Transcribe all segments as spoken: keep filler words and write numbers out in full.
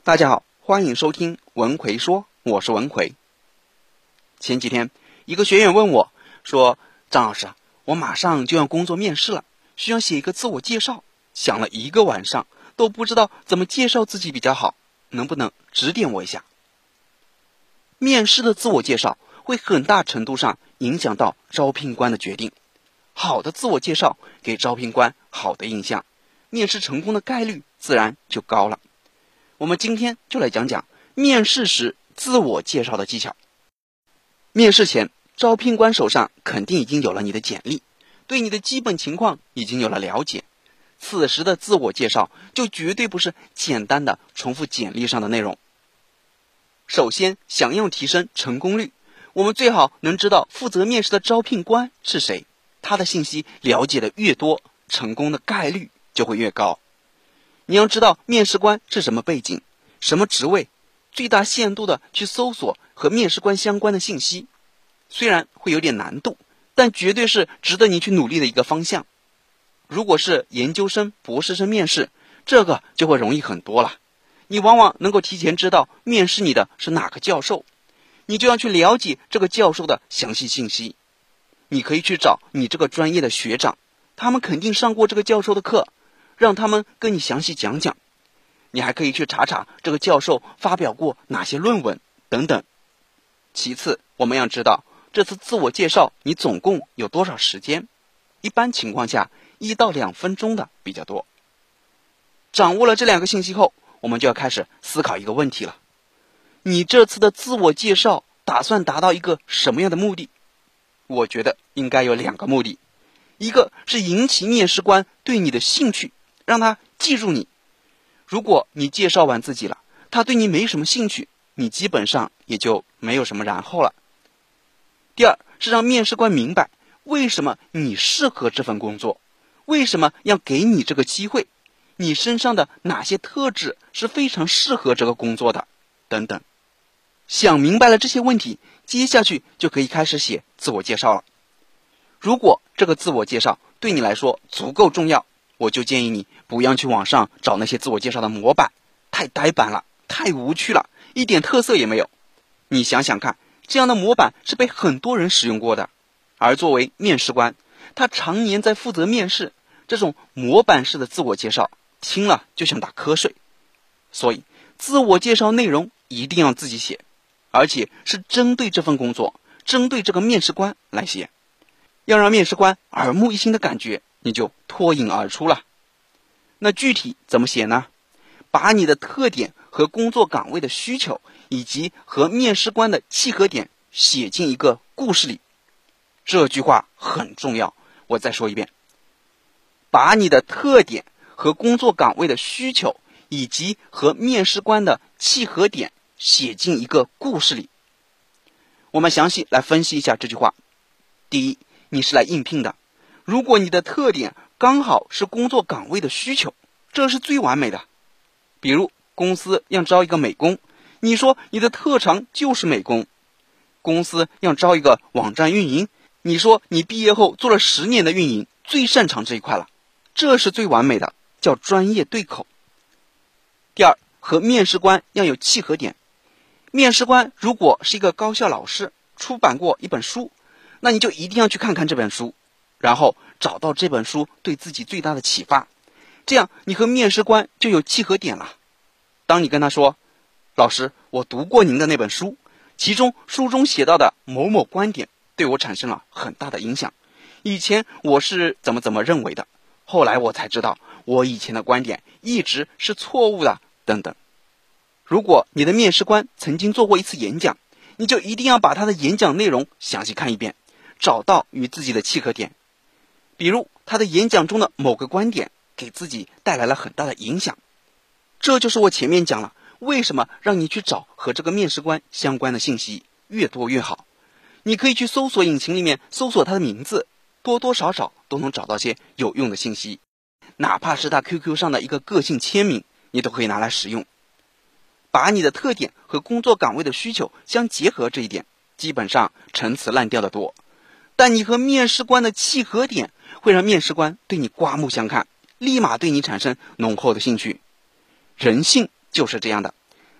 大家好，欢迎收听文奎说，我是文奎。前几天一个学员问我说，张老师，我马上就要工作面试了，需要写一个自我介绍，想了一个晚上都不知道怎么介绍自己比较好，能不能指点我一下？面试的自我介绍会很大程度上影响到招聘官的决定，好的自我介绍给招聘官好的印象，面试成功的概率自然就高了。我们今天就来讲讲面试时自我介绍的技巧。面试前，招聘官手上肯定已经有了你的简历，对你的基本情况已经有了了解。此时的自我介绍就绝对不是简单的重复简历上的内容。首先，想要提升成功率，我们最好能知道负责面试的招聘官是谁，他的信息了解的越多，成功的概率就会越高。你要知道面试官是什么背景，什么职位，最大限度的去搜索和面试官相关的信息。虽然会有点难度，但绝对是值得你去努力的一个方向。如果是研究生、博士生面试，这个就会容易很多了。你往往能够提前知道面试你的是哪个教授，你就要去了解这个教授的详细信息。你可以去找你这个专业的学长，他们肯定上过这个教授的课，让他们跟你详细讲讲。你还可以去查查这个教授发表过哪些论文等等。其次，我们要知道这次自我介绍你总共有多少时间，一般情况下一到两分钟的比较多。掌握了这两个信息后，我们就要开始思考一个问题了。你这次的自我介绍打算达到一个什么样的目的？我觉得应该有两个目的。一个是引起面试官对你的兴趣，让他记住你。如果你介绍完自己了，他对你没什么兴趣，你基本上也就没有什么然后了。第二是让面试官明白为什么你适合这份工作，为什么要给你这个机会，你身上的哪些特质是非常适合这个工作的，等等。想明白了这些问题，接下去就可以开始写自我介绍了。如果这个自我介绍对你来说足够重要，我就建议你不要去网上找那些自我介绍的模板，太呆板了，太无趣了，一点特色也没有。你想想看，这样的模板是被很多人使用过的，而作为面试官，他常年在负责面试，这种模板式的自我介绍听了就想打瞌睡。所以自我介绍内容一定要自己写，而且是针对这份工作，针对这个面试官来写，要让面试官耳目一新的感觉，你就脱颖而出了。那具体怎么写呢？把你的特点和工作岗位的需求，以及和面试官的契合点写进一个故事里。这句话很重要，我再说一遍。把你的特点和工作岗位的需求，以及和面试官的契合点写进一个故事里。我们详细来分析一下这句话。第一，你是来应聘的，如果你的特点刚好是工作岗位的需求，这是最完美的。比如公司要招一个美工，你说你的特长就是美工。公司要招一个网站运营，你说你毕业后做了十年的运营，最擅长这一块了，这是最完美的，叫专业对口。第二，和面试官要有契合点。面试官如果是一个高校老师，出版过一本书，那你就一定要去看看这本书，然后找到这本书对自己最大的启发，这样你和面试官就有契合点了。当你跟他说，老师，我读过您的那本书，其中书中写到的某某观点对我产生了很大的影响，以前我是怎么怎么认为的，后来我才知道我以前的观点一直是错误的，等等。如果你的面试官曾经做过一次演讲，你就一定要把他的演讲内容详细看一遍，找到与自己的契合点。比如他的演讲中的某个观点给自己带来了很大的影响，这就是我前面讲了为什么让你去找和这个面试官相关的信息，越多越好。你可以去搜索引擎里面搜索他的名字，多多少少都能找到些有用的信息，哪怕是他 Q Q 上的一个个性签名，你都可以拿来使用。把你的特点和工作岗位的需求相结合，这一点基本上陈词滥调的多，但你和面试官的契合点会让面试官对你刮目相看，立马对你产生浓厚的兴趣。人性就是这样的，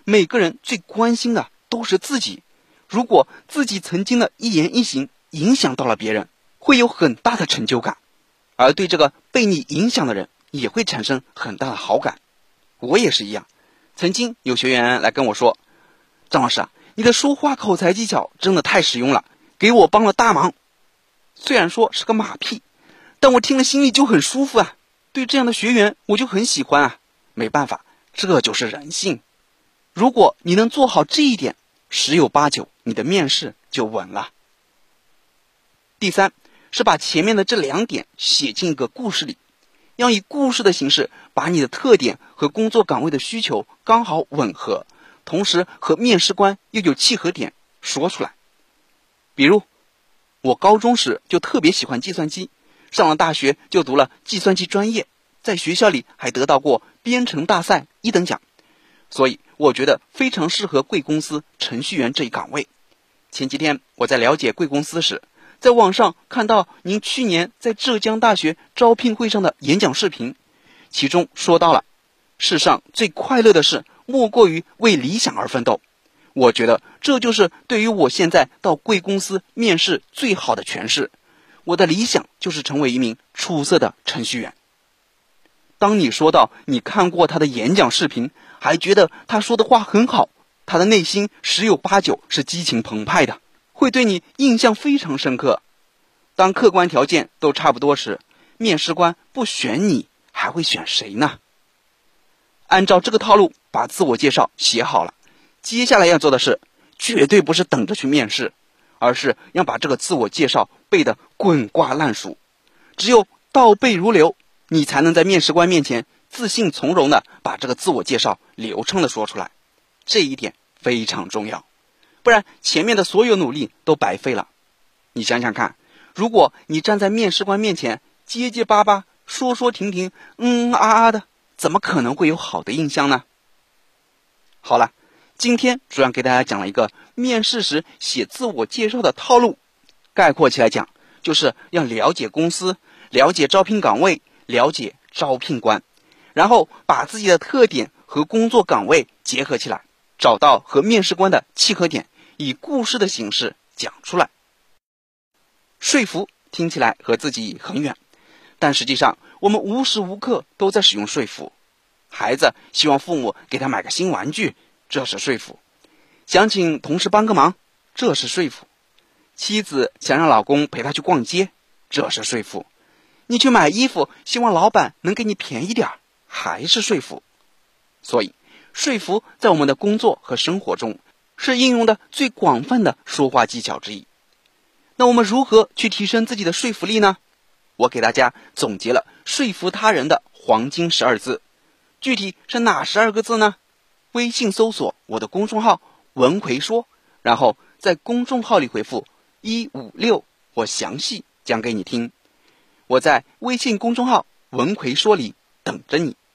每个人最关心的都是自己。如果自己曾经的一言一行影响到了别人，会有很大的成就感，而对这个被你影响的人也会产生很大的好感。我也是一样，曾经有学员来跟我说，张老师啊，你的说话口才技巧真的太实用了，给我帮了大忙。虽然说是个马屁，但我听了心里就很舒服啊，对这样的学员我就很喜欢啊。没办法，这就是人性。如果你能做好这一点，十有八九你的面试就稳了。第三是把前面的这两点写进一个故事里，要以故事的形式把你的特点和工作岗位的需求刚好吻合，同时和面试官又有契合点说出来。比如我高中时就特别喜欢计算机，上了大学就读了计算机专业，在学校里还得到过编程大赛一等奖，所以我觉得非常适合贵公司程序员这一岗位。前几天我在了解贵公司时，在网上看到您去年在浙江大学招聘会上的演讲视频，其中说到了世上最快乐的事莫过于为理想而奋斗。我觉得这就是对于我现在到贵公司面试最好的诠释。我的理想就是成为一名出色的程序员。当你说到你看过他的演讲视频，还觉得他说的话很好，他的内心十有八九是激情澎湃的，会对你印象非常深刻。当客观条件都差不多时，面试官不选你，还会选谁呢？按照这个套路把自我介绍写好了，接下来要做的是，绝对不是等着去面试，而是要把这个自我介绍背得滚瓜烂熟。只有倒背如流，你才能在面试官面前自信从容地把这个自我介绍流畅地说出来。这一点非常重要，不然前面的所有努力都白费了。你想想看，如果你站在面试官面前结结巴巴说说停停嗯啊啊的，怎么可能会有好的印象呢？好了，今天主要给大家讲了一个面试时写自我介绍的套路，概括起来讲，就是要了解公司，了解招聘岗位，了解招聘官，然后把自己的特点和工作岗位结合起来，找到和面试官的契合点，以故事的形式讲出来。说服听起来和自己很远，但实际上我们无时无刻都在使用说服。孩子希望父母给他买个新玩具，这是说服；想请同事帮个忙，这是说服；妻子想让老公陪她去逛街，这是说服；你去买衣服，希望老板能给你便宜点，还是说服。所以说服在我们的工作和生活中是应用的最广泛的说话技巧之一。那我们如何去提升自己的说服力呢？我给大家总结了说服他人的黄金十二字，具体是哪十二个字呢？微信搜索我的公众号文奎说，然后在公众号里回复一五六，我详细讲给你听。我在微信公众号文奎说里等着你。